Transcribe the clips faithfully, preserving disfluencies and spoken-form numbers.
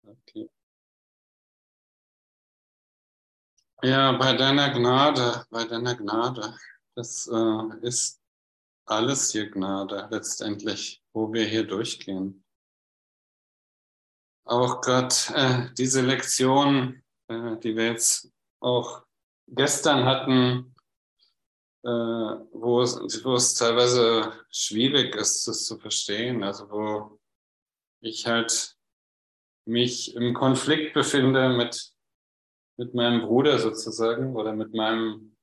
Okay. Ja, bei deiner Gnade, bei deiner Gnade, das äh, ist alles hier Gnade letztendlich, wo wir hier durchgehen. Auch gerade äh, diese Lektion, äh, die wir jetzt auch gestern hatten, äh, wo es, wo es teilweise schwierig ist, das zu verstehen, also wo ich halt mich im Konflikt befinde mit, mit meinem Bruder sozusagen oder mit meinem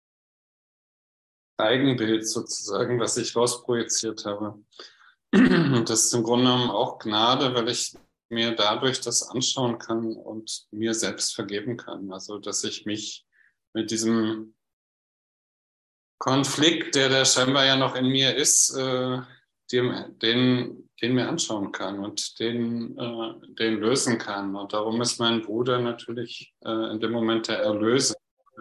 Eigenbild sozusagen, was ich rausprojiziert habe. Und das ist im Grunde genommen auch Gnade, weil ich mir dadurch das anschauen kann und mir selbst vergeben kann. Also, dass ich mich mit diesem Konflikt, der da scheinbar ja noch in mir ist, äh, den, den, den mir anschauen kann und den, äh, den lösen kann. Und darum ist mein Bruder natürlich äh, in dem Moment der Erlöser,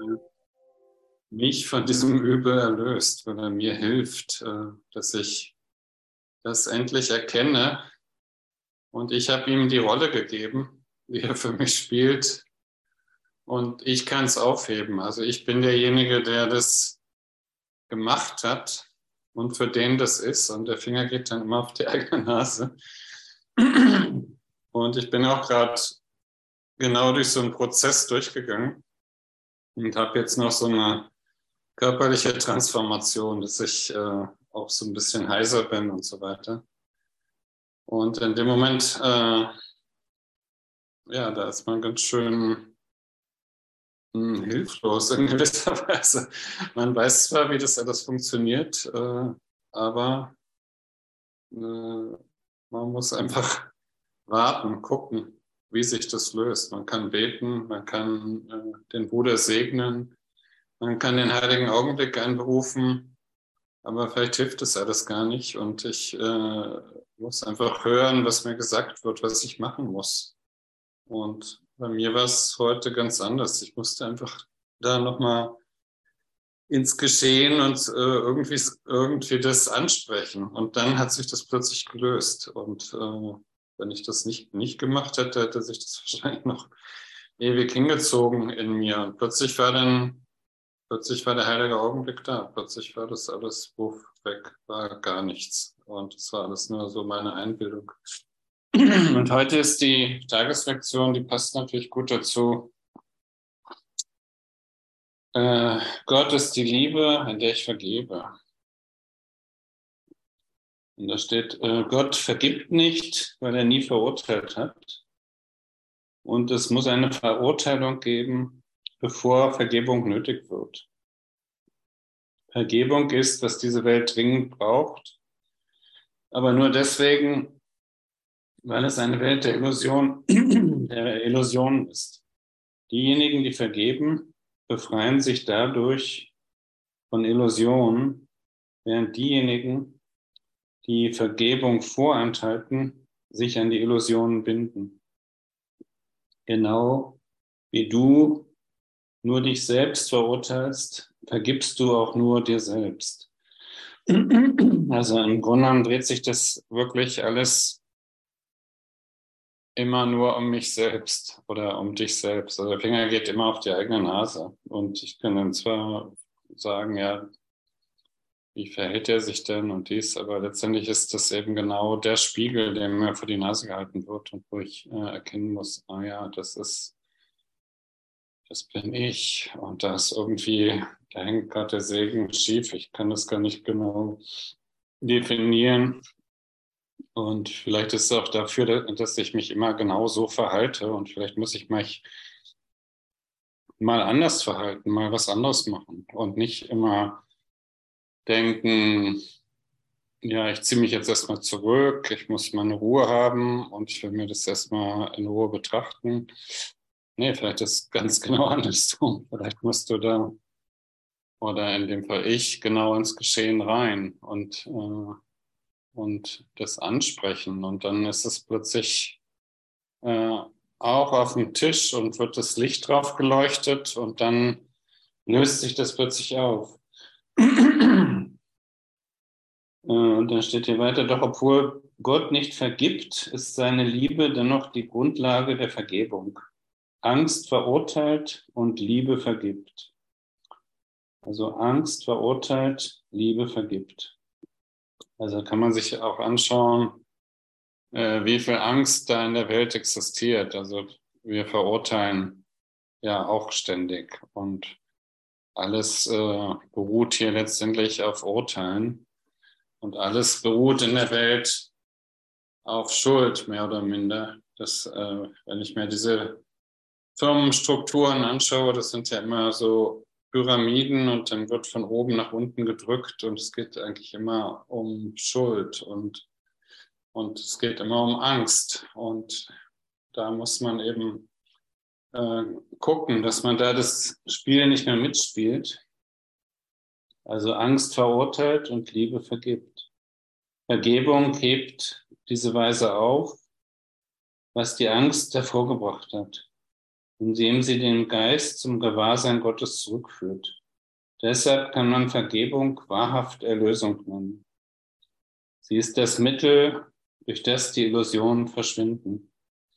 mich von diesem Übel erlöst, weil er mir hilft, äh, dass ich das endlich erkenne. Und ich habe ihm die Rolle gegeben, die er für mich spielt. Und ich kann es aufheben. Also ich bin derjenige, der das gemacht hat und für den das ist. Und der Finger geht dann immer auf die eigene Nase. Und ich bin auch gerade genau durch so einen Prozess durchgegangen und habe jetzt noch so eine körperliche Transformation, dass ich äh, auch so ein bisschen heiser bin und so weiter. Und in dem Moment, äh, ja, da ist man ganz schön mh, hilflos in gewisser Weise. Man weiß zwar, wie das alles funktioniert, äh, aber äh, man muss einfach warten, gucken, wie sich das löst. Man kann beten, man kann äh, den Bruder segnen, man kann den heiligen Augenblick einberufen, aber vielleicht hilft das alles gar nicht und ich äh, muss einfach hören, was mir gesagt wird, was ich machen muss. Und bei mir war es heute ganz anders. Ich musste einfach da nochmal ins Geschehen und äh, irgendwie, irgendwie das ansprechen. Und dann hat sich das plötzlich gelöst. Und äh, wenn ich das nicht, nicht gemacht hätte, hätte sich das wahrscheinlich noch ewig hingezogen in mir. Und plötzlich war dann, plötzlich war der heilige Augenblick da. Plötzlich war das alles wuff, weg, war gar nichts. Und es war alles nur so meine Einbildung. Und heute ist die Tageslektion, die passt natürlich gut dazu. Äh, Gott ist die Liebe, in der ich vergebe. Und da steht, äh, Gott vergibt nicht, weil er nie verurteilt hat. Und es muss eine Verurteilung geben, bevor Vergebung nötig wird. Vergebung ist, was diese Welt dringend braucht, aber nur deswegen, weil es eine Welt der Illusion, der Illusionen ist. Diejenigen, die vergeben, befreien sich dadurch von Illusionen, während diejenigen, die Vergebung vorenthalten, sich an die Illusionen binden. Genau wie du nur dich selbst verurteilst, vergibst du auch nur dir selbst. Also im Grunde genommen dreht sich das wirklich alles immer nur um mich selbst oder um dich selbst. Also der Finger geht immer auf die eigene Nase. Und ich kann dann zwar sagen, ja, wie verhält er sich denn und dies, aber letztendlich ist das eben genau der Spiegel, der mir vor die Nase gehalten wird und wo ich äh, erkennen muss, ah ja, das ist, das bin ich und da ist irgendwie, da hängt gerade der Segen schief, ich kann das gar nicht genau definieren und vielleicht ist es auch dafür, dass ich mich immer genau so verhalte und vielleicht muss ich mich mal anders verhalten, mal was anderes machen und nicht immer denken, ja, ich ziehe mich jetzt erstmal zurück, ich muss meine Ruhe haben und ich will mir das erstmal in Ruhe betrachten. Nee, vielleicht ist es ganz genau andersrum. Vielleicht musst du da, oder in dem Fall ich, genau ins Geschehen rein und, äh, und das ansprechen. Und dann ist es plötzlich äh, auch auf dem Tisch und wird das Licht drauf geleuchtet und dann löst sich das plötzlich auf. Und dann steht hier weiter, doch obwohl Gott nicht vergibt, ist seine Liebe dennoch die Grundlage der Vergebung. Angst verurteilt und Liebe vergibt. Also Angst verurteilt, Liebe vergibt. Also kann man sich auch anschauen, äh, wie viel Angst da in der Welt existiert. Also wir verurteilen ja auch ständig und alles äh, beruht hier letztendlich auf Urteilen und alles beruht in der Welt auf Schuld, mehr oder minder. Das, äh, wenn ich mir diese Firmenstrukturen anschaue, das sind ja immer so Pyramiden und dann wird von oben nach unten gedrückt und es geht eigentlich immer um Schuld und, und es geht immer um Angst und da muss man eben äh, gucken, dass man da das Spiel nicht mehr mitspielt. Also Angst verurteilt und Liebe vergibt. Vergebung hebt diese Weise auf, was die Angst hervorgebracht hat, indem sie den Geist zum Gewahrsein Gottes zurückführt. Deshalb kann man Vergebung wahrhaft Erlösung nennen. Sie ist das Mittel, durch das die Illusionen verschwinden.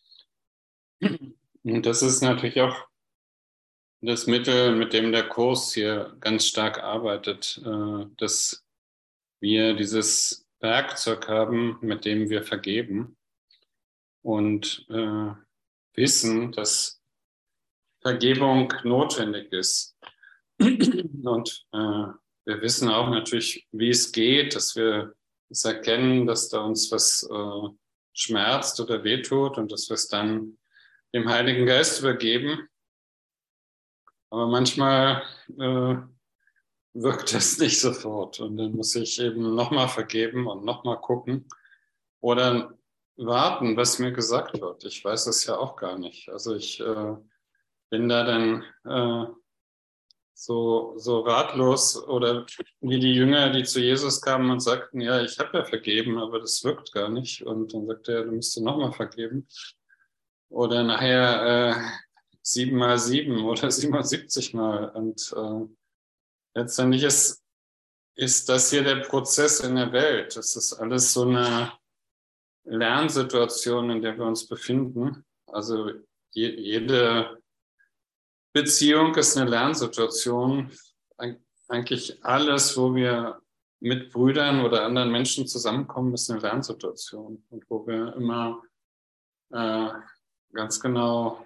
Und das ist natürlich auch das Mittel, mit dem der Kurs hier ganz stark arbeitet, dass wir dieses Werkzeug haben, mit dem wir vergeben und wissen, dass Vergebung notwendig ist. Und wir wissen auch natürlich, wie es geht, dass wir es erkennen, dass da uns was schmerzt oder wehtut und dass wir es dann dem Heiligen Geist übergeben. Aber manchmal äh, wirkt das nicht sofort und dann muss ich eben nochmal vergeben und nochmal gucken oder warten, was mir gesagt wird. Ich weiß es ja auch gar nicht. Also ich äh, bin da dann äh, so, so ratlos oder wie die Jünger, die zu Jesus kamen und sagten, ja, ich habe ja vergeben, aber das wirkt gar nicht. Und dann sagt er, du musst nochmal vergeben. Oder nachher äh, sieben mal sieben oder siebenundsiebzig mal. Und äh, letztendlich ist, ist das hier der Prozess in der Welt. Das ist alles so eine Lernsituation, in der wir uns befinden. Also je, jede Beziehung ist eine Lernsituation. Eigentlich alles, wo wir mit Brüdern oder anderen Menschen zusammenkommen, ist eine Lernsituation. Und wo wir immer äh, ganz genau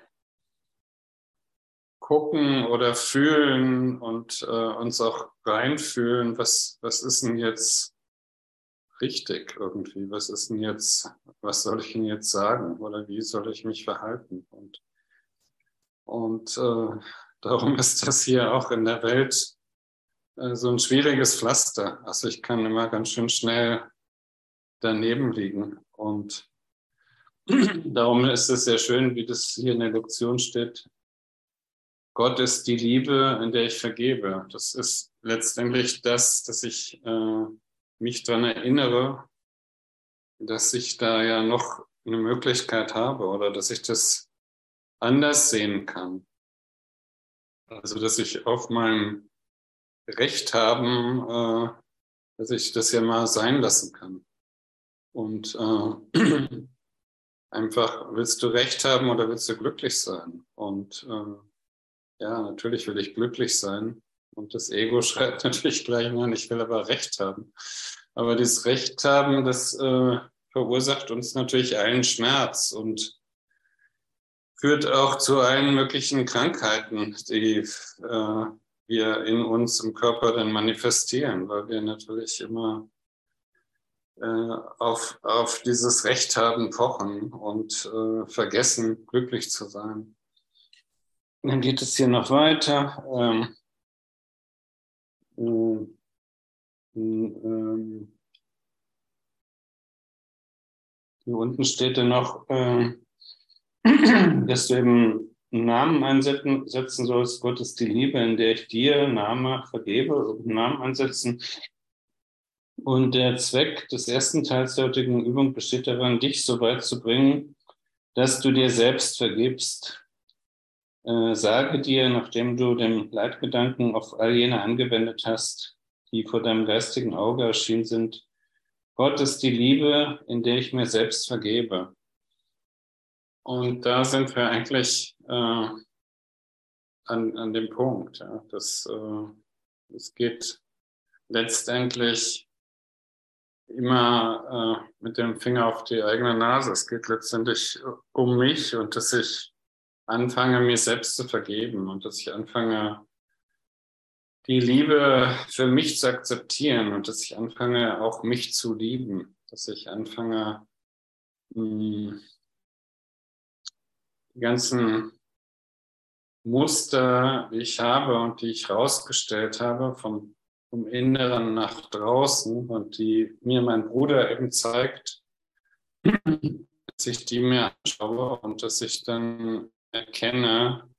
gucken oder fühlen und äh, uns auch reinfühlen, was, was ist denn jetzt richtig irgendwie? Was ist denn jetzt, was soll ich denn jetzt sagen? Oder wie soll ich mich verhalten? Und, und äh, darum ist das hier auch in der Welt äh, so ein schwieriges Pflaster. Also ich kann immer ganz schön schnell daneben liegen. Und darum ist es sehr schön, wie das hier in der Lektion steht. Gott ist die Liebe, in der ich vergebe. Das ist letztendlich das, dass ich äh, mich daran erinnere, dass ich da ja noch eine Möglichkeit habe oder dass ich das anders sehen kann. Also, dass ich auf meinem Recht haben, äh, dass ich das ja mal sein lassen kann. Und äh, einfach, willst du Recht haben oder willst du glücklich sein? Und äh, ja, natürlich will ich glücklich sein. Und das Ego schreibt natürlich gleich, nein, ich will aber Recht haben. Aber dieses Recht haben, das äh, verursacht uns natürlich allen Schmerz und führt auch zu allen möglichen Krankheiten, die äh, wir in uns im Körper dann manifestieren, weil wir natürlich immer äh, auf, auf dieses Recht haben pochen und äh, vergessen, glücklich zu sein. Dann geht es hier noch weiter. Ähm, ähm, ähm, hier unten steht dann noch, ähm, dass du eben einen Namen einsetzen setzen sollst. Gott ist die Liebe, in der ich dir Name vergebe, einen Namen einsetzen. Und der Zweck des ersten Teils der heutigen Übung besteht darin, dich so weit zu bringen, dass du dir selbst vergibst. Äh, sage dir, nachdem du den Leitgedanken auf all jene angewendet hast, die vor deinem geistigen Auge erschienen sind, Gott ist die Liebe, in der ich mir selbst vergebe. Und da sind wir eigentlich äh, an, an dem Punkt. Ja, dass äh, es geht letztendlich immer äh, mit dem Finger auf die eigene Nase. Es geht letztendlich um mich und dass ich anfange, mir selbst zu vergeben und dass ich anfange, die Liebe für mich zu akzeptieren und dass ich anfange, auch mich zu lieben, dass ich anfange, mh, die ganzen Muster, die ich habe und die ich rausgestellt habe, vom, vom Inneren nach draußen und die mir mein Bruder eben zeigt, dass ich die mir anschaue und dass ich dann erkenne,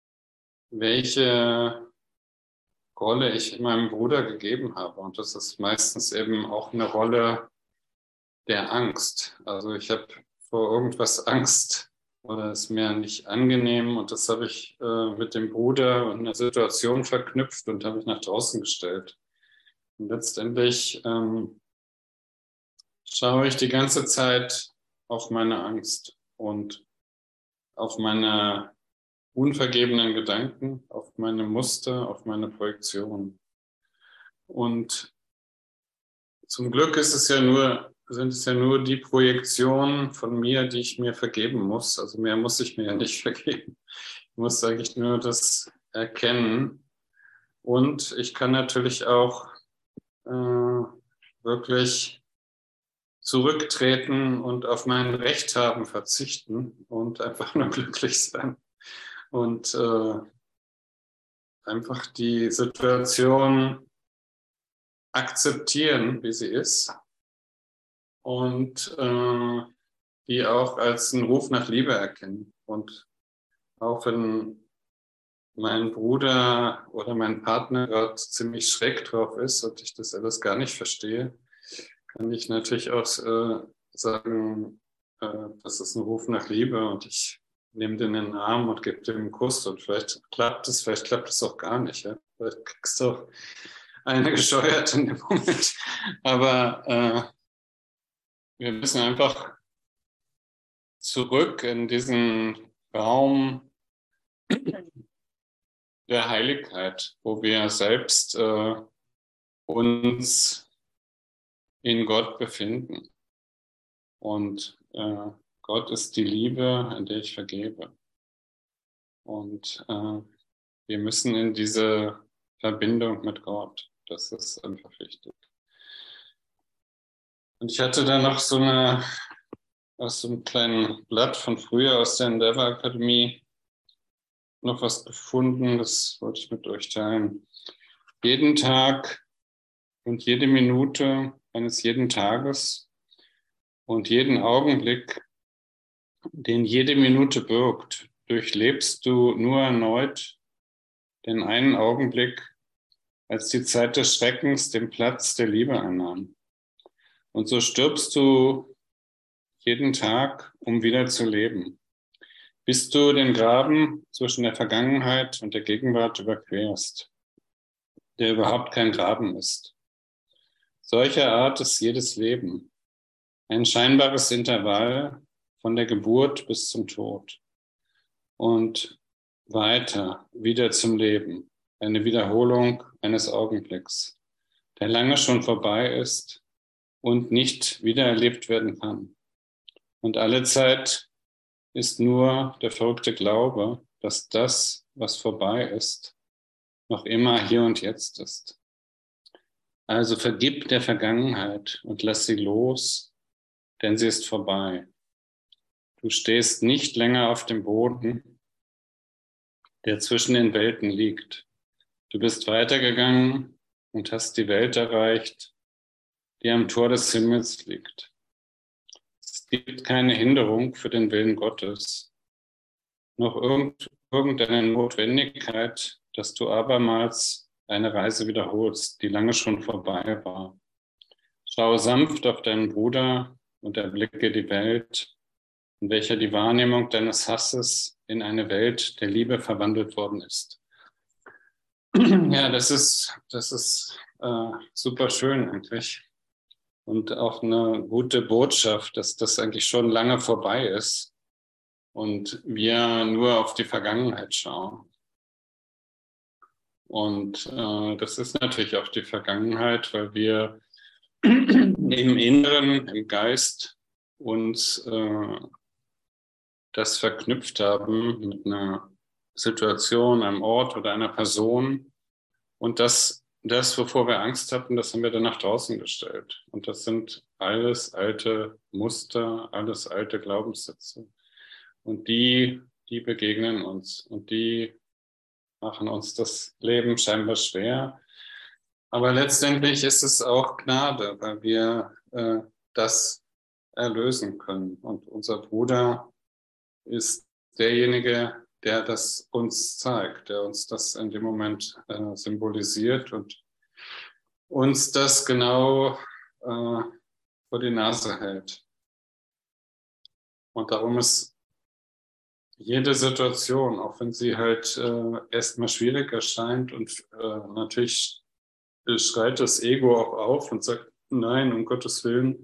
welche Rolle ich meinem Bruder gegeben habe. Und das ist meistens eben auch eine Rolle der Angst. Also ich habe vor irgendwas Angst oder ist mir nicht angenehm und das habe ich äh, mit dem Bruder und einer Situation verknüpft und habe ich nach draußen gestellt. Und letztendlich ähm, schaue ich die ganze Zeit auf meine Angst und auf meine unvergebenen Gedanken, auf meine Muster, auf meine Projektionen. Und zum Glück ist es ja nur, sind es ja nur die Projektionen von mir, die ich mir vergeben muss. Also mehr muss ich mir ja nicht vergeben. Ich muss eigentlich nur das erkennen. Und ich kann natürlich auch äh, wirklich zurücktreten und auf mein Recht haben verzichten und einfach nur glücklich sein. Und äh, einfach die Situation akzeptieren, wie sie ist und äh, die auch als einen Ruf nach Liebe erkennen. Und auch wenn mein Bruder oder mein Partner gerade ziemlich schräg drauf ist und ich das alles gar nicht verstehe, kann ich natürlich auch äh, sagen, äh, das ist ein Ruf nach Liebe und ich nehme den in den Arm und gebe dem einen Kuss und vielleicht klappt es, vielleicht klappt es auch gar nicht. Ja? Vielleicht kriegst du auch eine gescheuert in dem Moment. Aber äh, wir müssen einfach zurück in diesen Raum der Heiligkeit, wo wir selbst äh, uns in Gott befinden. Und äh, Gott ist die Liebe, in der ich vergebe. Und äh, wir müssen in diese Verbindung mit Gott. Das ist einfach wichtig. Und ich hatte da noch so eine, aus so einem kleinen Blatt von früher aus der Endeavor Akademie noch was gefunden, das wollte ich mit euch teilen. Jeden Tag und jede Minute eines jeden Tages und jeden Augenblick, den jede Minute birgt, durchlebst du nur erneut den einen Augenblick, als die Zeit des Schreckens den Platz der Liebe einnahm. Und so stirbst du jeden Tag, um wieder zu leben, bis du den Graben zwischen der Vergangenheit und der Gegenwart überquerst, der überhaupt kein Graben ist. Solcher Art ist jedes Leben, ein scheinbares Intervall von der Geburt bis zum Tod und weiter wieder zum Leben, eine Wiederholung eines Augenblicks, der lange schon vorbei ist und nicht wiedererlebt werden kann. Und alle Zeit ist nur der verrückte Glaube, dass das, was vorbei ist, noch immer hier und jetzt ist. Also vergib der Vergangenheit und lass sie los, denn sie ist vorbei. Du stehst nicht länger auf dem Boden, der zwischen den Welten liegt. Du bist weitergegangen und hast die Welt erreicht, die am Tor des Himmels liegt. Es gibt keine Hinderung für den Willen Gottes, noch irgend, irgendeine Notwendigkeit, dass du abermals eine Reise wiederholst, die lange schon vorbei war. Schaue sanft auf deinen Bruder und erblicke die Welt, in welcher die Wahrnehmung deines Hasses in eine Welt der Liebe verwandelt worden ist. Ja, das ist, das ist äh, super schön eigentlich. und auch eine gute Botschaft, dass das eigentlich schon lange vorbei ist und wir nur auf die Vergangenheit schauen. Und äh, das ist natürlich auch die Vergangenheit, weil wir im Inneren, im Geist uns äh, das verknüpft haben mit einer Situation, einem Ort oder einer Person. Und das, das, wovor wir Angst hatten, das haben wir dann nach draußen gestellt. Und das sind alles alte Muster, alles alte Glaubenssätze. Und die, die begegnen uns und die machen uns das Leben scheinbar schwer. Aber letztendlich ist es auch Gnade, weil wir äh, das erlösen können. Und unser Bruder ist derjenige, der das uns zeigt, der uns das in dem Moment äh, symbolisiert und uns das genau äh, vor die Nase hält. Und darum ist jede Situation, auch wenn sie halt äh, erstmal schwierig erscheint und äh, natürlich schreit das Ego auch auf und sagt, nein, um Gottes Willen,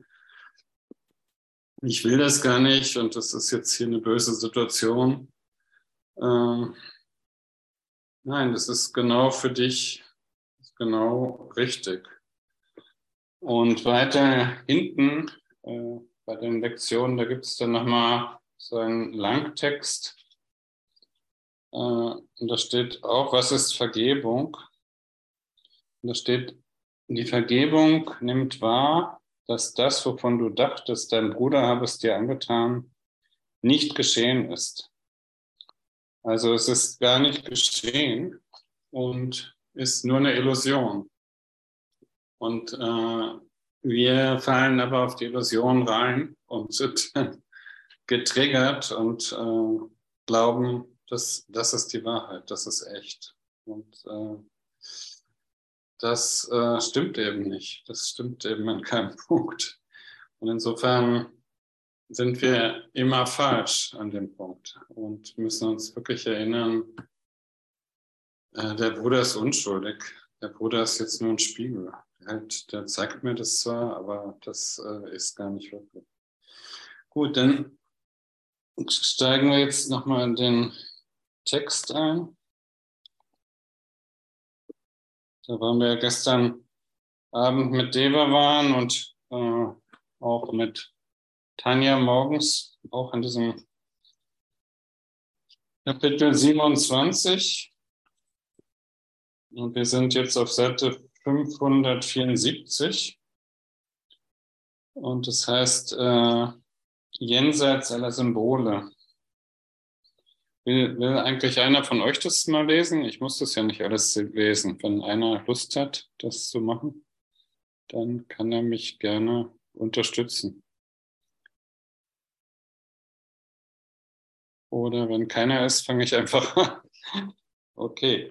ich will das gar nicht und das ist jetzt hier eine böse Situation. Ähm, nein, das ist genau für dich, genau richtig. Und weiter hinten äh, bei den Lektionen, da gibt es dann nochmal so einen Langtext. Äh, und da steht auch, was ist Vergebung? Und da steht, die Vergebung nimmt wahr, dass das, wovon du dachtest, dein Bruder habe es dir angetan, nicht geschehen ist. Also es ist gar nicht geschehen und ist nur eine Illusion. Und äh, wir fallen aber auf die Illusion rein und sind getriggert und äh, glauben, dass das ist die Wahrheit, das ist echt. Und äh, das äh, stimmt eben nicht. Das stimmt eben an keinem Punkt. Und insofern sind wir immer falsch an dem Punkt und müssen uns wirklich erinnern, äh, der Bruder ist unschuldig. Der Bruder ist jetzt nur ein Spiegel. Halt, der zeigt mir das zwar, aber das äh, ist gar nicht wirklich. Gut, dann steigen wir jetzt nochmal in den Text ein. Da waren wir ja gestern Abend mit Deva waren und äh, auch mit Tanja morgens, auch in diesem Kapitel siebenundzwanzig. Und wir sind jetzt auf Seite fünfhundertvierundsiebzig. Und das heißt, äh, jenseits aller Symbole. Will, will eigentlich einer von euch das mal lesen? Ich muss das ja nicht alles lesen. Wenn einer Lust hat, das zu machen, dann kann er mich gerne unterstützen. Oder wenn keiner ist, fange ich einfach an. Okay.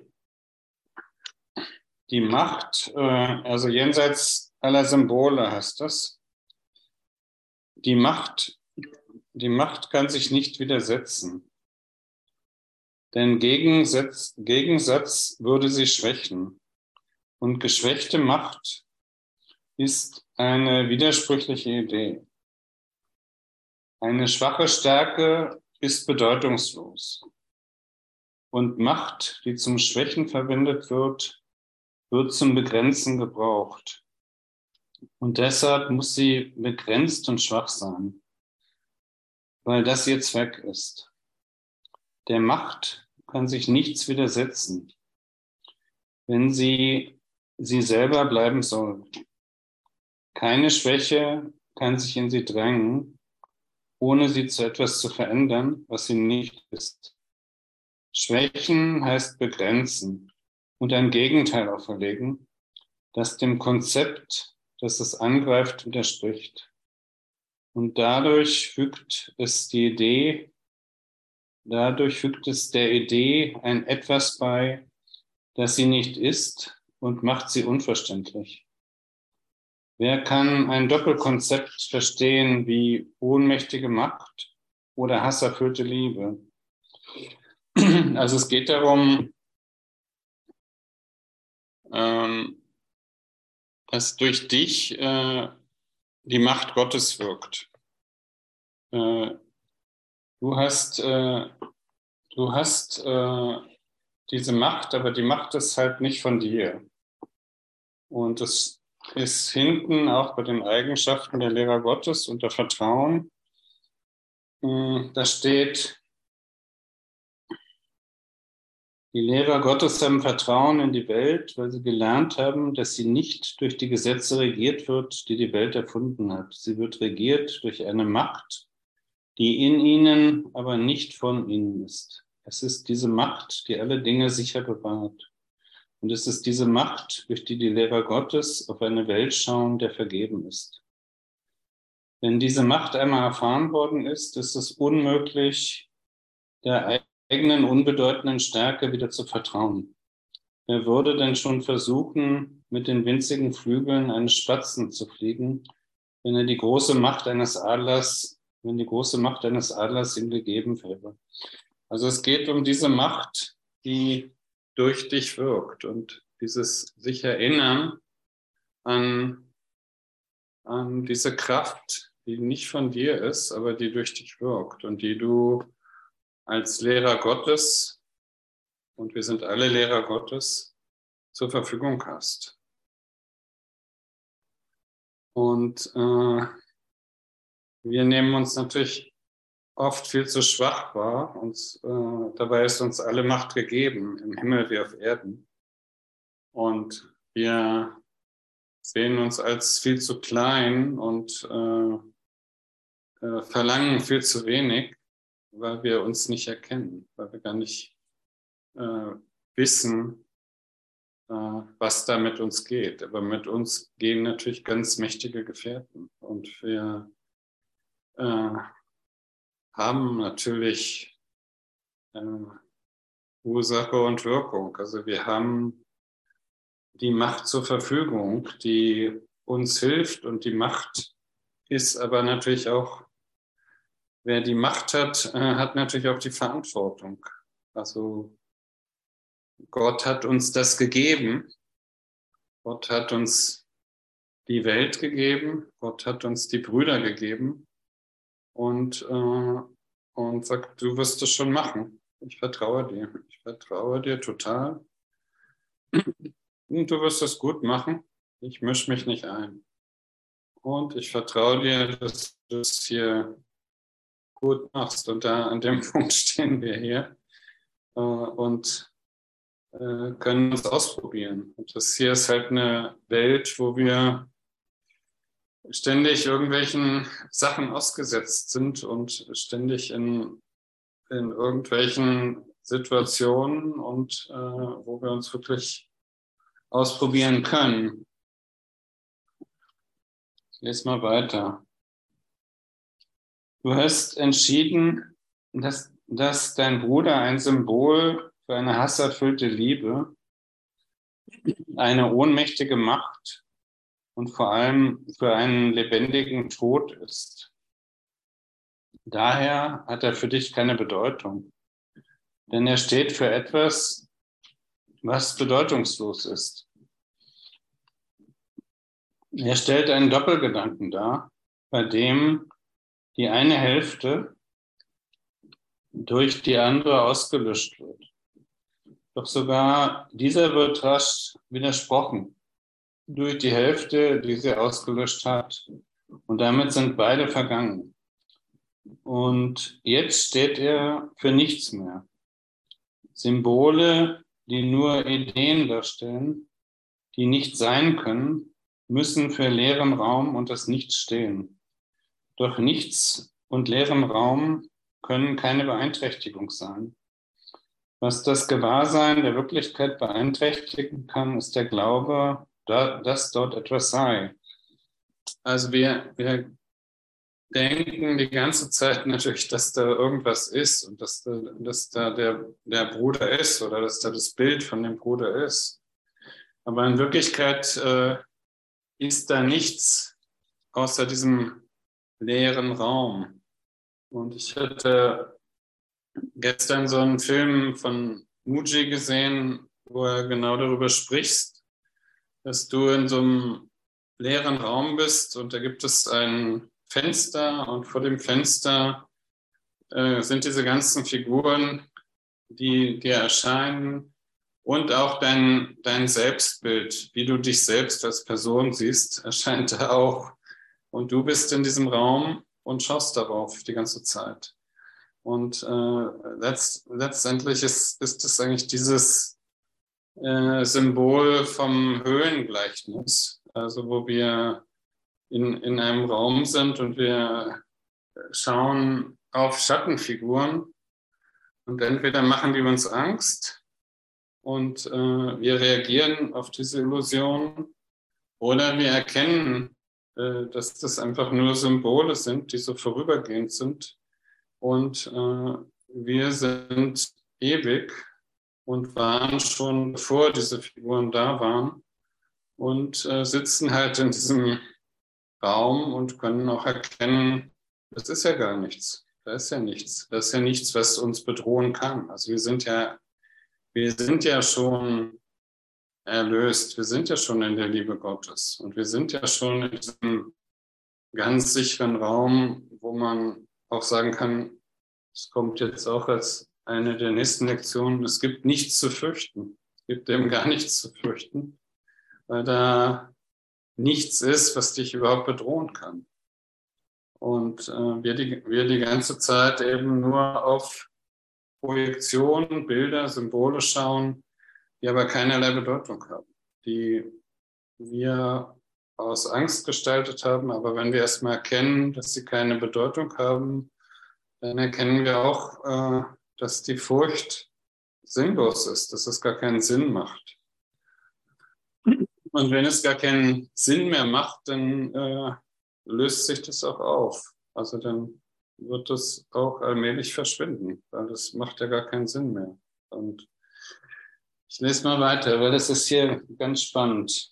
Die Macht, äh, also jenseits aller Symbole heißt das. Die Macht, die Macht kann sich nicht widersetzen. Denn Gegensatz, Gegensatz würde sie schwächen. Und geschwächte Macht ist eine widersprüchliche Idee. Eine schwache Stärke ist bedeutungslos. Und Macht, die zum Schwächen verwendet wird, wird zum Begrenzen gebraucht. Und deshalb muss sie begrenzt und schwach sein, weil das ihr Zweck ist. Der Macht kann sich nichts widersetzen, wenn sie sie selber bleiben soll. Keine Schwäche kann sich in sie drängen, ohne sie zu etwas zu verändern, was sie nicht ist. Schwächen heißt begrenzen und ein Gegenteil auferlegen, das dem Konzept, das es angreift, widerspricht. Und dadurch fügt es die Idee, dadurch fügt es der Idee ein Etwas bei, das sie nicht ist und macht sie unverständlich. Wer kann ein Doppelkonzept verstehen wie ohnmächtige Macht oder hasserfüllte Liebe? Also es geht darum, ähm, dass durch dich äh, die Macht Gottes wirkt. Äh, du hast, äh, du hast äh, diese Macht, aber die Macht ist halt nicht von dir. Und es ist hinten auch bei den Eigenschaften der Lehrer Gottes unter Vertrauen. Äh, da steht, die Lehrer Gottes haben Vertrauen in die Welt, weil sie gelernt haben, dass sie nicht durch die Gesetze regiert wird, die die Welt erfunden hat. Sie wird regiert durch eine Macht, die in ihnen, aber nicht von ihnen ist. Es ist diese Macht, die alle Dinge sicher bewahrt. Und es ist diese Macht, durch die die Lehrer Gottes auf eine Welt schauen, der vergeben ist. Wenn diese Macht einmal erfahren worden ist, ist es unmöglich, der eigenen unbedeutenden Stärke wieder zu vertrauen. Wer würde denn schon versuchen, mit den winzigen Flügeln eines Spatzen zu fliegen, wenn er die große Macht eines Adlers, wenn die große Macht eines Adlers ihm gegeben wäre? Also es geht um diese Macht, die durch dich wirkt und dieses sich erinnern an, an diese Kraft, die nicht von dir ist, aber die durch dich wirkt und die du als Lehrer Gottes, und wir sind alle Lehrer Gottes, zur Verfügung hast. Und äh, wir nehmen uns natürlich oft viel zu schwach wahr. Und äh, dabei ist uns alle Macht gegeben, im Himmel wie auf Erden. Und wir sehen uns als viel zu klein und äh, äh, verlangen viel zu wenig, weil wir uns nicht erkennen, weil wir gar nicht äh, wissen, äh, was da mit uns geht. Aber mit uns gehen natürlich ganz mächtige Gefährten. Und wir äh, haben natürlich äh, Ursache und Wirkung. Also wir haben die Macht zur Verfügung, die uns hilft, und die Macht ist aber natürlich auch, wer die Macht hat, äh, hat natürlich auch die Verantwortung. Also Gott hat uns das gegeben. Gott hat uns die Welt gegeben. Gott hat uns die Brüder gegeben und, äh, und sagt, du wirst es schon machen. Ich vertraue dir. Ich vertraue dir total. Und du wirst es gut machen. Ich mische mich nicht ein. Und ich vertraue dir, dass du es hier gut machst. Und da an dem Punkt stehen wir hier äh, und äh, können uns ausprobieren. Und das hier ist halt eine Welt, wo wir ständig irgendwelchen Sachen ausgesetzt sind und ständig in, in irgendwelchen Situationen und äh, wo wir uns wirklich ausprobieren können. Ich lese mal weiter. Du hast entschieden, dass, dass dein Bruder ein Symbol für eine hasserfüllte Liebe, eine ohnmächtige Macht und vor allem für einen lebendigen Tod ist. Daher hat er für dich keine Bedeutung, denn er steht für etwas, was bedeutungslos ist. Er stellt einen Doppelgedanken dar, bei dem die eine Hälfte durch die andere ausgelöscht wird. Doch sogar dieser wird rasch widersprochen durch die Hälfte, die sie ausgelöscht hat. Und damit sind beide vergangen. Und jetzt steht er für nichts mehr. Symbole, die nur Ideen darstellen, die nicht sein können, müssen für leeren Raum und das Nichts stehen. Doch Nichts und leeren Raum können keine Beeinträchtigung sein. Was das Gewahrsein der Wirklichkeit beeinträchtigen kann, ist der Glaube, dass dort etwas sei. Also wir, wir denken die ganze Zeit natürlich, dass da irgendwas ist und dass da, dass da der, der Bruder ist oder dass da das Bild von dem Bruder ist. Aber in Wirklichkeit äh, ist da nichts außer diesem leeren Raum. Und ich hatte gestern so einen Film von Mooji gesehen, wo er genau darüber spricht, dass du in so einem leeren Raum bist und da gibt es ein Fenster und vor dem Fenster äh, sind diese ganzen Figuren, die dir erscheinen und auch dein, dein Selbstbild, wie du dich selbst als Person siehst, erscheint da auch. Und du bist in diesem Raum und schaust darauf die ganze Zeit. Und äh, letzt, letztendlich ist, ist es eigentlich dieses äh, Symbol vom Höhlengleichnis, also wo wir in, in einem Raum sind und wir schauen auf Schattenfiguren und entweder machen die uns Angst und äh, wir reagieren auf diese Illusion oder wir erkennen, äh, dass das einfach nur Symbole sind, die so vorübergehend sind und äh, wir sind ewig und waren schon, bevor diese Figuren da waren und äh, sitzen halt in diesem Raum und können auch erkennen, das ist ja gar nichts. Da ist ja nichts. Das ist ja nichts, was uns bedrohen kann. Also wir sind ja, wir sind ja schon erlöst. Wir sind ja schon in der Liebe Gottes. Und wir sind ja schon in diesem ganz sicheren Raum, wo man auch sagen kann, es kommt jetzt auch als eine der nächsten Lektionen, es gibt nichts zu fürchten. Es gibt eben gar nichts zu fürchten, weil da nichts ist, was dich überhaupt bedrohen kann. Und äh, wir, die, wir die ganze Zeit eben nur auf Projektionen, Bilder, Symbole schauen, die aber keinerlei Bedeutung haben, die wir aus Angst gestaltet haben. Aber wenn wir erstmal erkennen, dass sie keine Bedeutung haben, dann erkennen wir auch, äh, dass die Furcht sinnlos ist, dass es gar keinen Sinn macht. Und wenn es gar keinen Sinn mehr macht, dann äh, löst sich das auch auf. Also dann wird das auch allmählich verschwinden, weil das macht ja gar keinen Sinn mehr. Und ich lese mal weiter, weil das ist hier ganz spannend.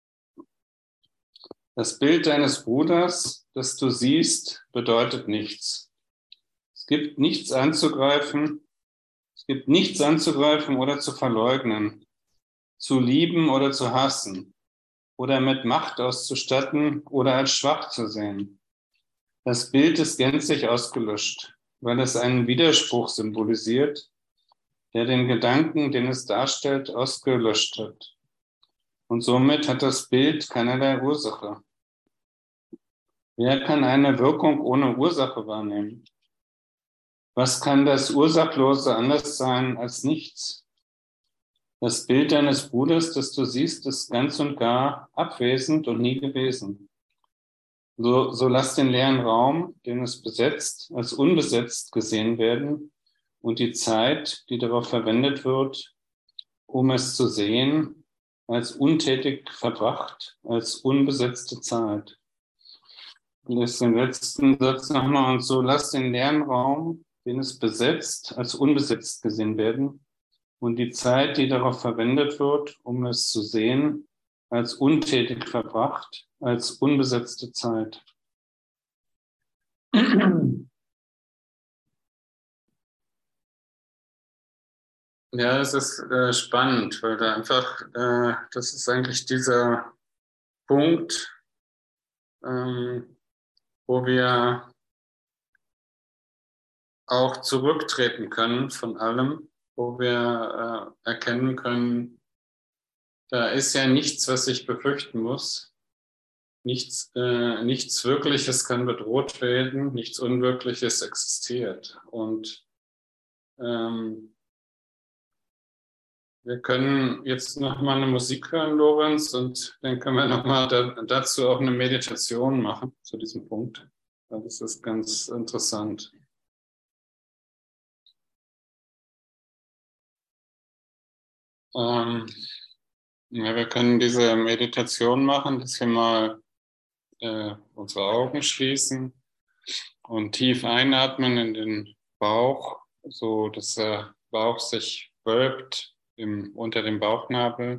Das Bild deines Bruders, das du siehst, bedeutet nichts. Es gibt nichts anzugreifen, es gibt nichts anzugreifen oder zu verleugnen, zu lieben oder zu hassen oder mit Macht auszustatten oder als schwach zu sehen. Das Bild ist gänzlich ausgelöscht, weil es einen Widerspruch symbolisiert, der den Gedanken, den es darstellt, ausgelöscht hat. Und somit hat das Bild keinerlei Ursache. Wer kann eine Wirkung ohne Ursache wahrnehmen? Was kann das Ursachlose anders sein als nichts? Das Bild deines Bruders, das du siehst, ist ganz und gar abwesend und nie gewesen. So, so lass den leeren Raum, den es besetzt, als unbesetzt gesehen werden und die Zeit, die darauf verwendet wird, um es zu sehen, als untätig verbracht, als unbesetzte Zeit. Ich lese den letzten Satz nochmal und so lass den leeren Raum, den es besetzt, als unbesetzt gesehen werden und die Zeit, die darauf verwendet wird, um es zu sehen, als untätig verbracht, als unbesetzte Zeit. Ja, es ist äh, spannend, weil da einfach, äh, das ist eigentlich dieser Punkt, ähm, wo wir auch zurücktreten können von allem, wo wir äh, erkennen können, da ist ja nichts, was ich befürchten muss. Nichts, äh, nichts Wirkliches kann bedroht werden, nichts Unwirkliches existiert. Und ähm, wir können jetzt nochmal eine Musik hören, Lorenz, und dann können wir nochmal da, dazu auch eine Meditation machen, zu diesem Punkt. Das ist ganz interessant. Ähm, ja, wir können diese Meditation machen, dass wir mal äh, unsere Augen schließen und tief einatmen in den Bauch, so dass der Bauch sich wölbt im, unter dem Bauchnabel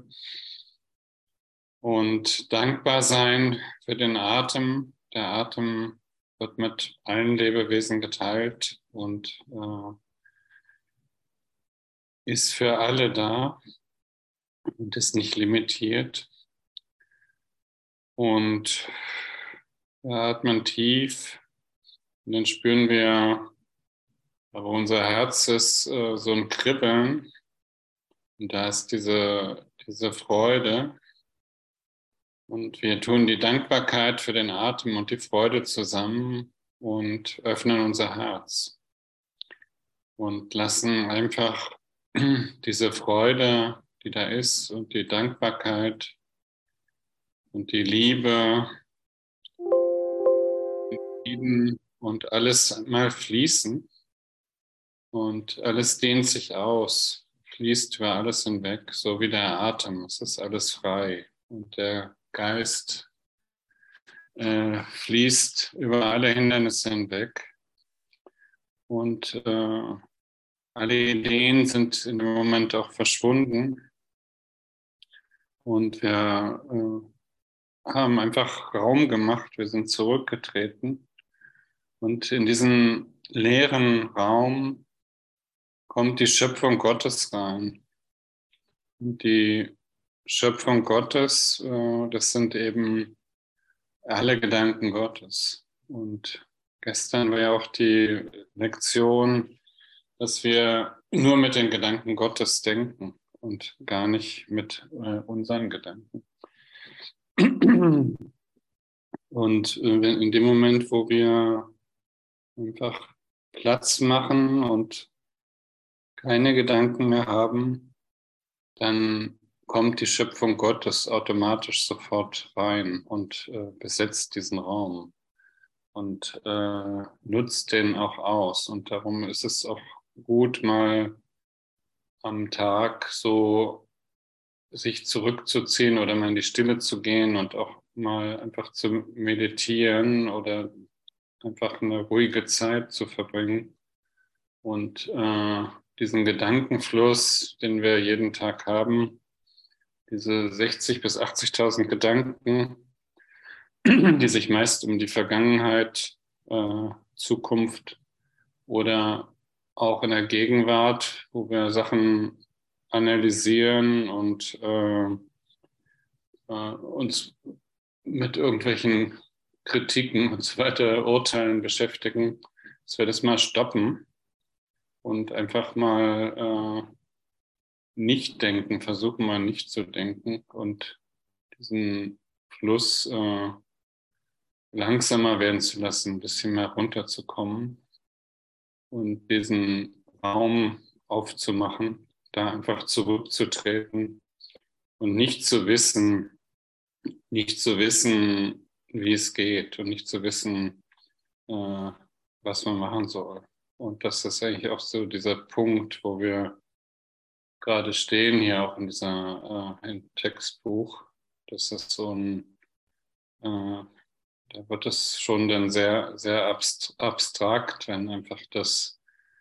und dankbar sein für den Atem. Der Atem wird mit allen Lebewesen geteilt und äh, ist für alle da und ist nicht limitiert. Und wir atmen tief und dann spüren wir, aber unser Herz ist äh, so ein Kribbeln und da ist diese, diese Freude. Und wir tun die Dankbarkeit für den Atem und die Freude zusammen und öffnen unser Herz und lassen einfach diese Freude, die da ist, und die Dankbarkeit und die Liebe und alles mal fließen und alles dehnt sich aus, fließt über alles hinweg, so wie der Atem. Es ist alles frei und der Geist äh, fließt über alle Hindernisse hinweg und äh, alle Ideen sind in dem Moment auch verschwunden und wir äh, haben einfach Raum gemacht, wir sind zurückgetreten und in diesen leeren Raum kommt die Schöpfung Gottes rein. Und die Schöpfung Gottes, äh, das sind eben alle Gedanken Gottes. Und gestern war ja auch die Lektion, dass wir nur mit den Gedanken Gottes denken und gar nicht mit äh, unseren Gedanken. Und äh, in dem Moment, wo wir einfach Platz machen und keine Gedanken mehr haben, dann kommt die Schöpfung Gottes automatisch sofort rein und äh, besetzt diesen Raum und äh, nutzt den auch aus. Und darum ist es auch gut, mal am Tag so sich zurückzuziehen oder mal in die Stille zu gehen und auch mal einfach zu meditieren oder einfach eine ruhige Zeit zu verbringen und äh, diesen Gedankenfluss, den wir jeden Tag haben, diese sechzigtausend bis achtzigtausend Gedanken, die sich meist um die Vergangenheit, äh, Zukunft oder auch in der Gegenwart, wo wir Sachen analysieren und äh, äh, uns mit irgendwelchen Kritiken und so weiter, Urteilen beschäftigen, dass wir das mal stoppen und einfach mal äh, nicht denken, versuchen mal nicht zu denken und diesen Fluss äh, langsamer werden zu lassen, ein bisschen mehr runterzukommen und diesen Raum aufzumachen, da einfach zurückzutreten und nicht zu wissen, nicht zu wissen, wie es geht und nicht zu wissen, äh, was man machen soll. Und das ist eigentlich auch so dieser Punkt, wo wir gerade stehen, hier auch in dieser äh, im Textbuch. Das ist so ein, äh, da wird es schon dann sehr, sehr abstrakt, wenn einfach das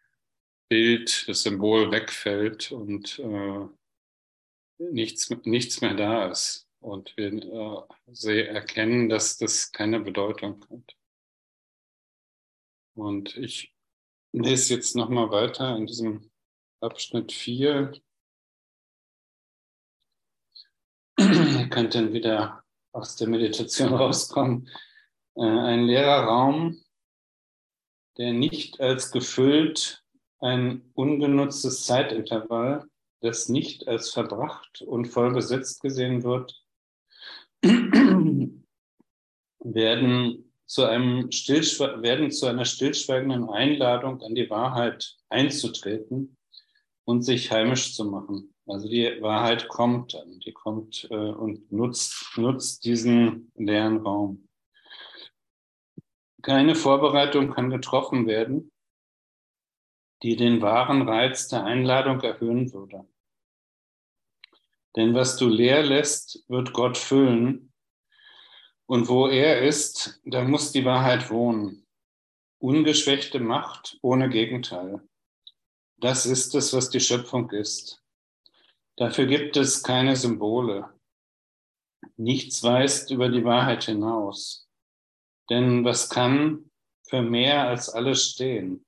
Bild, das Symbol wegfällt und äh, nichts, nichts mehr da ist. Und wir äh, sie erkennen, dass das keine Bedeutung hat. Und ich lese jetzt nochmal weiter in diesem Abschnitt vier. Ihr könnt dann wieder aus der Meditation rauskommen. Äh, ein leerer Raum, der nicht als gefüllt ein ungenutztes Zeitintervall, das nicht als verbracht und voll besetzt gesehen wird, werden zu, einem Stillschwe- werden zu einer stillschweigenden Einladung an die Wahrheit einzutreten und sich heimisch zu machen. Also die Wahrheit kommt dann, die kommt äh, und nutzt, nutzt diesen leeren Raum. Keine Vorbereitung kann getroffen werden, die den wahren Reiz der Einladung erhöhen würde. Denn was du leer lässt, wird Gott füllen. Und wo er ist, da muss die Wahrheit wohnen. Ungeschwächte Macht ohne Gegenteil. Das ist es, was die Schöpfung ist. Dafür gibt es keine Symbole. Nichts weist über die Wahrheit hinaus. Denn was kann für mehr als alles stehen?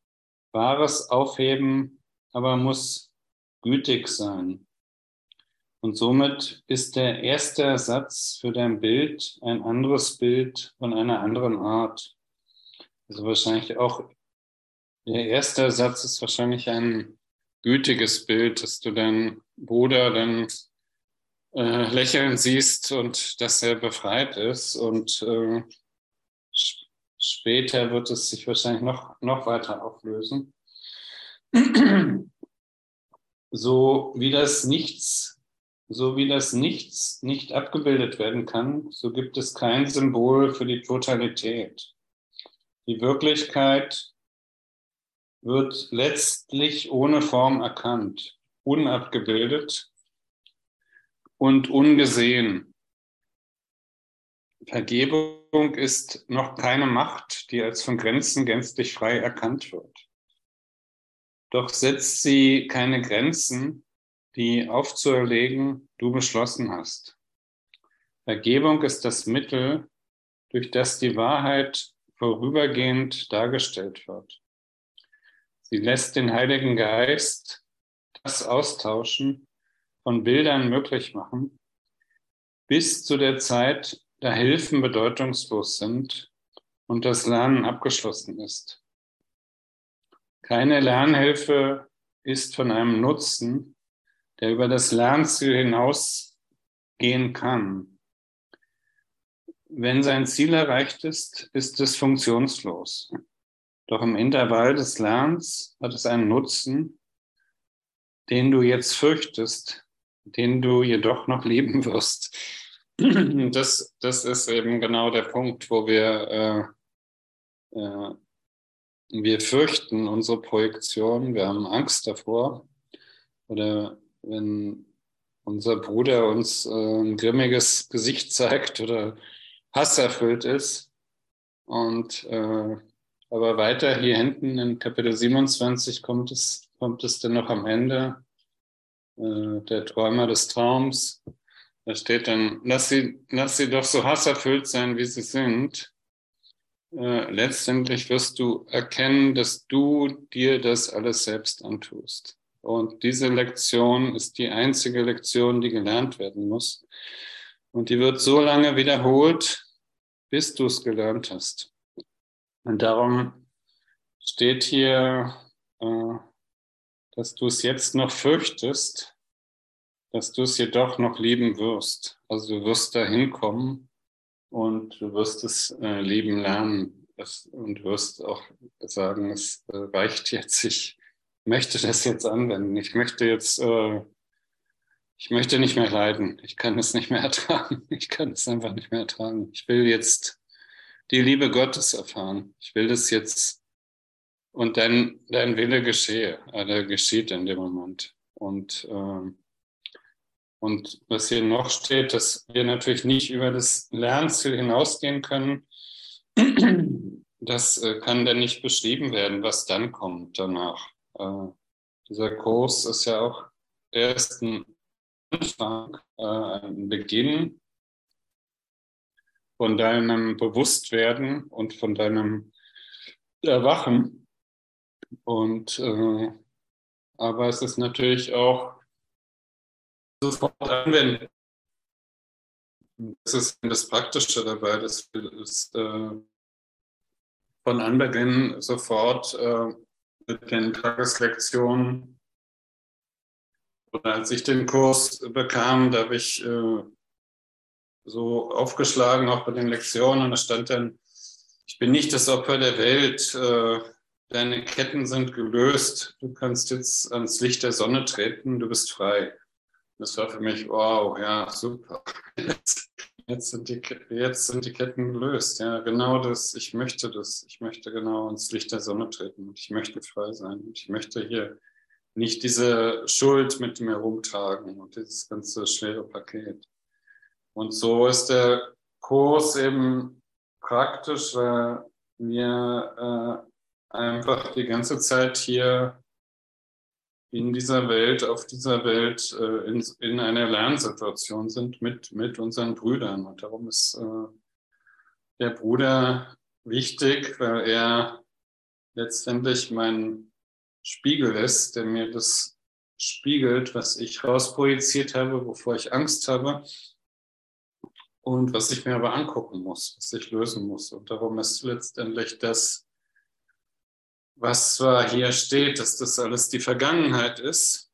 Wahres Aufheben aber muss gütig sein. Und somit ist der erste Satz für dein Bild ein anderes Bild von einer anderen Art. Also wahrscheinlich auch, der erste Satz ist wahrscheinlich ein gütiges Bild, dass du deinen Bruder dann äh, lächeln siehst und dass er befreit ist. Und äh, später wird es sich wahrscheinlich noch, noch weiter auflösen. So wie das Nichts, so wie das Nichts nicht abgebildet werden kann, so gibt es kein Symbol für die Totalität. Die Wirklichkeit wird letztlich ohne Form erkannt, unabgebildet und ungesehen. Vergebung ist noch keine Macht, die als von Grenzen gänzlich frei erkannt wird. Doch setzt sie keine Grenzen, die aufzuerlegen du beschlossen hast. Vergebung ist das Mittel, durch das die Wahrheit vorübergehend dargestellt wird. Sie lässt den Heiligen Geist das Austauschen von Bildern möglich machen, bis zu der Zeit, da Hilfen bedeutungslos sind und das Lernen abgeschlossen ist. Keine Lernhilfe ist von einem Nutzen, der über das Lernziel hinausgehen kann. Wenn sein Ziel erreicht ist, ist es funktionslos. Doch im Intervall des Lernens hat es einen Nutzen, den du jetzt fürchtest, den du jedoch noch lieben wirst. Das, das ist eben genau der Punkt, wo wir, äh, äh, wir fürchten unsere Projektion, wir haben Angst davor. Oder wenn unser Bruder uns äh, ein grimmiges Gesicht zeigt oder hasserfüllt ist. Und äh, aber weiter hier hinten in Kapitel siebenundzwanzig kommt es, kommt es dann noch am Ende, äh, der Träumer des Traums. Da steht dann, lass sie, lass sie doch so hasserfüllt sein, wie sie sind. Äh, letztendlich wirst du erkennen, dass du dir das alles selbst antust. Und diese Lektion ist die einzige Lektion, die gelernt werden muss. Und die wird so lange wiederholt, bis du es gelernt hast. Und darum steht hier, äh, dass du es jetzt noch fürchtest, dass du es jedoch noch lieben wirst. Also du wirst dahin kommen und du wirst es äh, lieben lernen. Das, und wirst auch sagen, es äh, reicht jetzt, ich möchte das jetzt anwenden. Ich möchte jetzt, äh, ich möchte nicht mehr leiden. Ich kann es nicht mehr ertragen. Ich kann es einfach nicht mehr ertragen. Ich will jetzt die Liebe Gottes erfahren. Ich will das jetzt und dein, dein Wille geschehe. Oder geschieht in dem Moment. Und, äh, und was hier noch steht, dass wir natürlich nicht über das Lernziel hinausgehen können. Das äh, kann dann nicht beschrieben werden, was dann kommt danach. Äh, dieser Kurs ist ja auch erst ein Anfang, äh, ein Beginn von deinem Bewusstwerden und von deinem Erwachen. Und äh, aber es ist natürlich auch sofort anwenden. Das ist das Praktische dabei, das ist äh, von Anbeginn sofort äh, mit den Tageslektionen. Oder als ich den Kurs bekam, da habe ich äh, so aufgeschlagen, auch bei den Lektionen, und da stand dann, ich bin nicht das Opfer der Welt, äh, deine Ketten sind gelöst, du kannst jetzt ans Licht der Sonne treten, du bist frei. Das war für mich, wow, ja, super. Jetzt, jetzt, sind die, jetzt sind die Ketten gelöst. Ja, genau das, ich möchte das. Ich möchte genau ans Licht der Sonne treten und ich möchte frei sein. Und ich möchte hier nicht diese Schuld mit mir rumtragen und dieses ganze schwere Paket. Und so ist der Kurs eben praktisch, weil wir äh, einfach die ganze Zeit hier in dieser Welt, auf dieser Welt äh, in, in einer Lernsituation sind mit, mit unseren Brüdern. Und darum ist äh, der Bruder wichtig, weil er letztendlich mein Spiegel ist, der mir das spiegelt, was ich rausprojiziert habe, wovor ich Angst habe und was ich mir aber angucken muss, was ich lösen muss. Und darum ist letztendlich das, was zwar hier steht, dass das alles die Vergangenheit ist.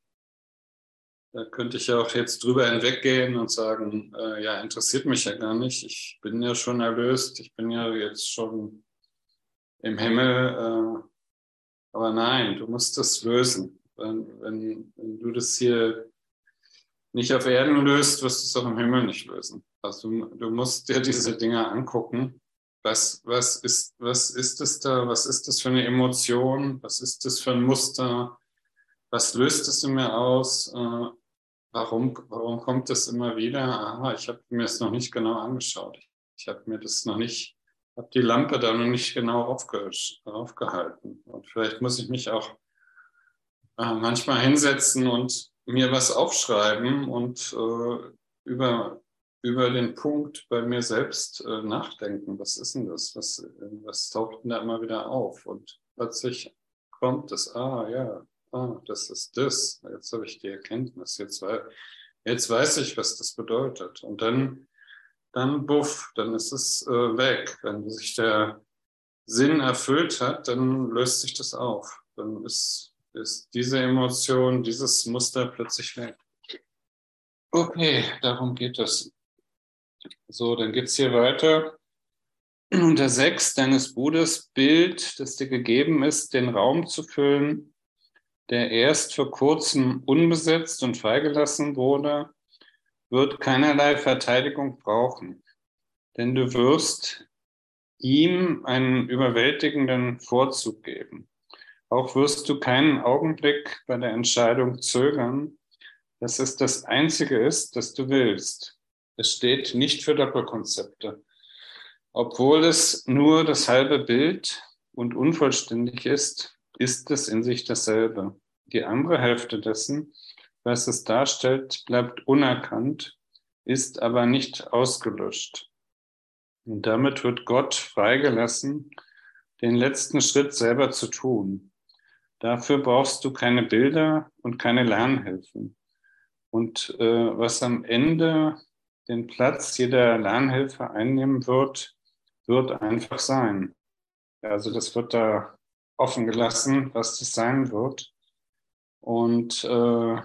Da könnte ich ja auch jetzt drüber hinweggehen und sagen, äh, ja, interessiert mich ja gar nicht. Ich bin ja schon erlöst, ich bin ja jetzt schon im Himmel. Äh, aber nein, du musst das lösen. Wenn, wenn, wenn du das hier nicht auf Erden löst, wirst du es auch im Himmel nicht lösen. Also du, du musst dir diese Dinge angucken. Was, was, ist, was ist es da? Was ist das für eine Emotion? Was ist das für ein Muster? Was löst es in mir aus? Äh, warum, warum kommt das immer wieder? Aha, ich habe mir es noch nicht genau angeschaut. Ich habe mir das noch nicht, habe die Lampe da noch nicht genau aufge, aufgehalten. Und vielleicht muss ich mich auch äh, manchmal hinsetzen und mir was aufschreiben und äh, über, über den Punkt bei mir selbst äh, nachdenken. Was ist denn das? Was, was taucht denn da immer wieder auf? Und plötzlich kommt es, ah ja, ah, das ist das. Jetzt habe ich die Erkenntnis. Jetzt, jetzt weiß ich, was das bedeutet. Und dann, dann buff, dann ist es äh, weg. Wenn sich der Sinn erfüllt hat, dann löst sich das auf. Dann ist ist diese Emotion, dieses Muster plötzlich weg. Okay, darum geht es. So, dann geht es hier weiter. Unter sechs deines Bruders Bild, das dir gegeben ist, den Raum zu füllen, der erst vor kurzem unbesetzt und freigelassen wurde, wird keinerlei Verteidigung brauchen. Denn du wirst ihm einen überwältigenden Vorzug geben. Auch wirst du keinen Augenblick bei der Entscheidung zögern, dass es das Einzige ist, das du willst. Es steht nicht für Doppelkonzepte. Obwohl es nur das halbe Bild und unvollständig ist, ist es in sich dasselbe. Die andere Hälfte dessen, was es darstellt, bleibt unerkannt, ist aber nicht ausgelöscht. Und damit wird Gott freigelassen, den letzten Schritt selber zu tun. Dafür brauchst du keine Bilder und keine Lernhilfen. Und äh, was am Ende den Platz jeder Lernhilfe einnehmen wird, wird einfach sein. Also das wird da offen gelassen, was das sein wird. Und äh,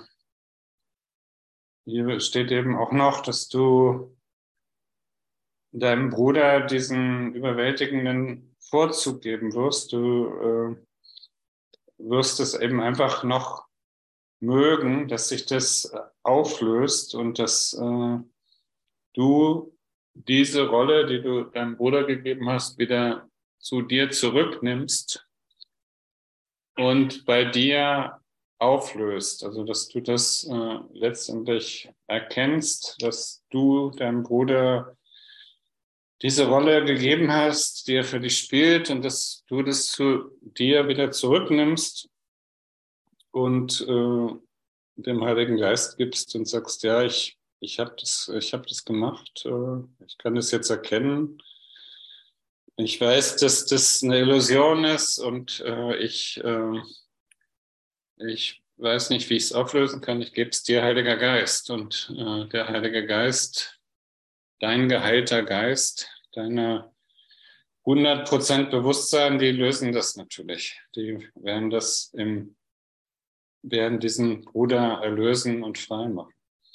hier steht eben auch noch, dass du deinem Bruder diesen überwältigenden Vorzug geben wirst. Du äh, wirst es eben einfach noch mögen, dass sich das auflöst und dass äh, du diese Rolle, die du deinem Bruder gegeben hast, wieder zu dir zurücknimmst und bei dir auflöst. Also dass du das äh, letztendlich erkennst, dass du deinem Bruder diese Rolle gegeben hast, die er für dich spielt und dass du das zu dir wieder zurücknimmst und äh, dem Heiligen Geist gibst und sagst, ja, ich, ich habe das, ich hab das gemacht, äh, ich kann das jetzt erkennen. Ich weiß, dass das eine Illusion ist und äh, ich, äh, ich weiß nicht, wie ich es auflösen kann. Ich gebe es dir, Heiliger Geist. Und äh, der Heilige Geist, dein geheilter Geist, deine hundert Prozent Bewusstsein, die lösen das natürlich. Die werden das im, werden diesen Bruder erlösen und frei machen.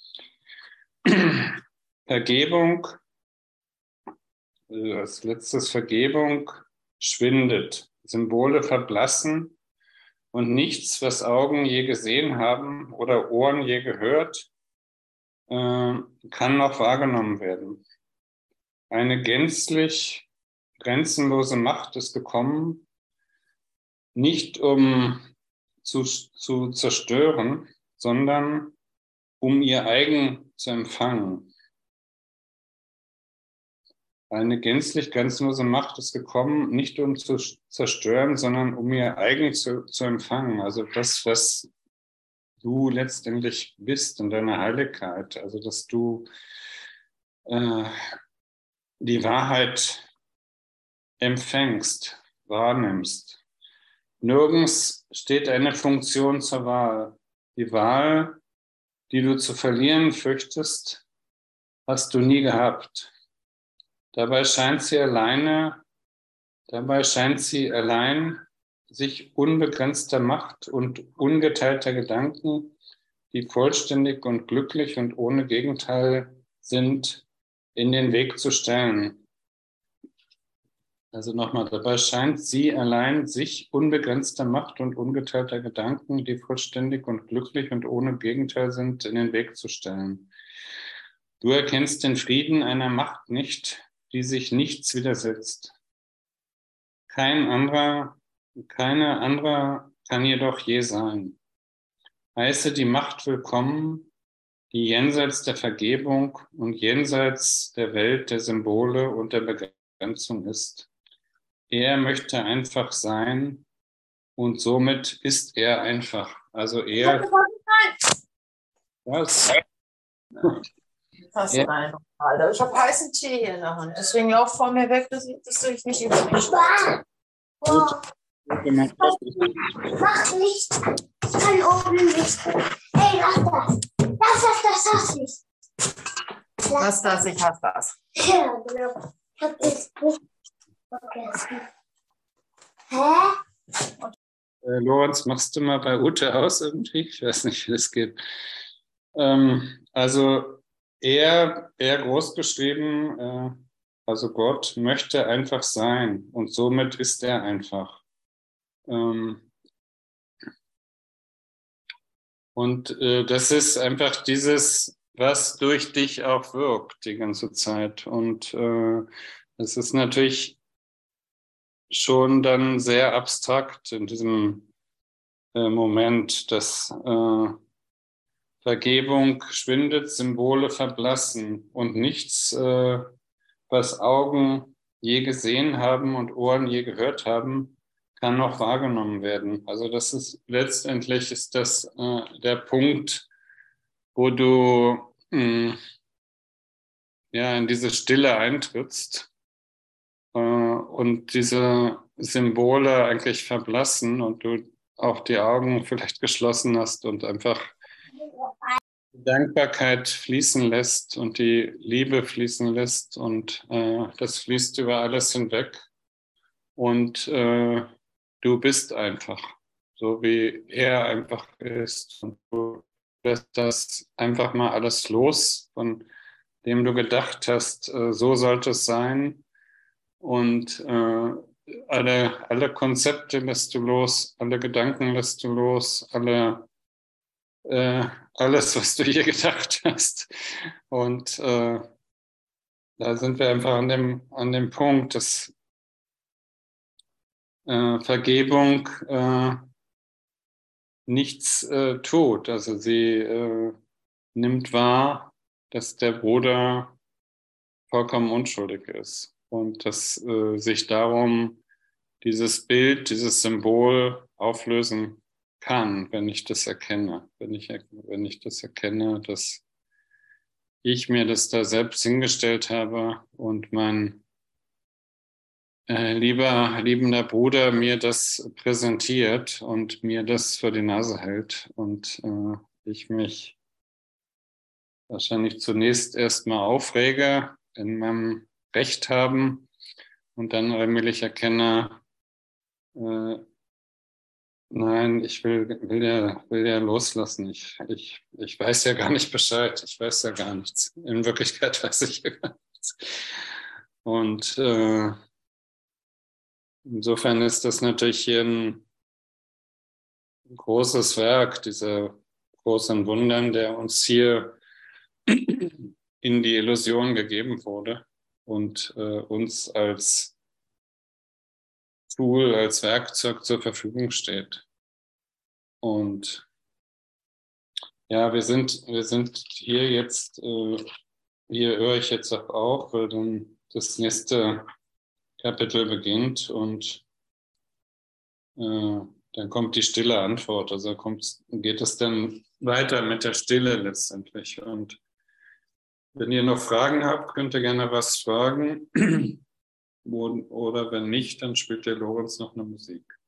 Vergebung, also als letztes Vergebung schwindet. Symbole verblassen und nichts, was Augen je gesehen haben oder Ohren je gehört, äh, kann noch wahrgenommen werden. Eine gänzlich grenzenlose Macht ist gekommen, nicht um zu, zu zerstören, sondern um ihr eigen zu empfangen. Eine gänzlich grenzenlose Macht ist gekommen, nicht um zu zerstören, sondern um ihr eigen zu, zu empfangen. Also das, was du letztendlich bist in deiner Heiligkeit. Also dass du äh, die Wahrheit empfängst, wahrnimmst. Nirgends steht eine Funktion zur Wahl. Die Wahl, die du zu verlieren fürchtest, hast du nie gehabt. Dabei scheint sie alleine, dabei scheint sie allein sich unbegrenzter Macht und ungeteilter Gedanken, die vollständig und glücklich und ohne Gegenteil sind, in den Weg zu stellen. Also nochmal, dabei scheint sie allein sich unbegrenzter Macht und ungeteilter Gedanken, die vollständig und glücklich und ohne Gegenteil sind, in den Weg zu stellen. Du erkennst den Frieden einer Macht nicht, die sich nichts widersetzt. Kein anderer, keine andere kann jedoch je sein. Heiße die Macht willkommen, die jenseits der Vergebung und jenseits der Welt der Symbole und der Begrenzung ist. Er möchte einfach sein und somit ist er einfach. Also er. Was? Hast du rein, Alter. Ich habe heißen Tee hier in der Hand. Deswegen lauf vor mir weg, dass ich, dass ich nicht über mich steige. Mach nicht. Ich kann oben nicht. Ey, lass das. Lass das, das hast nicht. Lass das, ich hasse das. Ja, genau. Ich hab das Buch vergessen. Hä? Äh, Lorenz, machst du mal bei Ute aus irgendwie? Ich weiß nicht, wie das geht. Ähm, also er, er groß geschrieben, äh, also Gott möchte einfach sein und somit ist er einfach. Ähm, und äh, das ist einfach dieses, was durch dich auch wirkt die ganze Zeit. Und äh, das ist natürlich schon dann sehr abstrakt in diesem äh, Moment, dass äh, Vergebung schwindet, Symbole verblassen und nichts, äh, was Augen je gesehen haben und Ohren je gehört haben, kann noch wahrgenommen werden. Also das ist letztendlich ist das äh, der Punkt, wo du mh, ja in diese Stille eintrittst äh, und diese Symbole eigentlich verblassen und du auch die Augen vielleicht geschlossen hast und einfach die Dankbarkeit fließen lässt und die Liebe fließen lässt und äh, das fließt über alles hinweg und äh, du bist einfach, so wie er einfach ist und du lässt das einfach mal alles los, von dem du gedacht hast, äh, so sollte es sein und äh, alle, alle Konzepte lässt du los, alle Gedanken lässt du los, alle äh, alles, was du je gedacht hast. Und äh, da sind wir einfach an dem, an dem Punkt, dass äh, Vergebung äh, nichts äh, tut. Also sie äh, nimmt wahr, dass der Bruder vollkommen unschuldig ist und dass äh, sich darum dieses Bild, dieses Symbol auflösen kann, wenn ich das erkenne, wenn ich, wenn ich das erkenne, dass ich mir das da selbst hingestellt habe und mein äh, lieber, liebender Bruder mir das präsentiert und mir das vor die Nase hält und äh, ich mich wahrscheinlich zunächst erstmal aufrege, in meinem Recht haben und dann allmählich erkenne, äh, nein, ich will, will, ja, will ja loslassen. Ich, ich, ich weiß ja gar nicht Bescheid. Ich weiß ja gar nichts. In Wirklichkeit weiß ich ja gar nichts. Und äh, insofern ist das natürlich hier ein großes Werk, dieser großen Wundern, der uns hier in die Illusion gegeben wurde und äh, uns als Tool, als Werkzeug zur Verfügung steht. Und ja, wir sind, wir sind hier jetzt, äh, hier höre ich jetzt auch auf, weil dann das nächste Kapitel beginnt und äh, dann kommt die stille Antwort. Also kommt, geht es dann weiter mit der Stille letztendlich. Und wenn ihr noch Fragen habt, könnt ihr gerne was fragen. Oder wenn nicht, dann spielt der Lorenz noch eine Musik.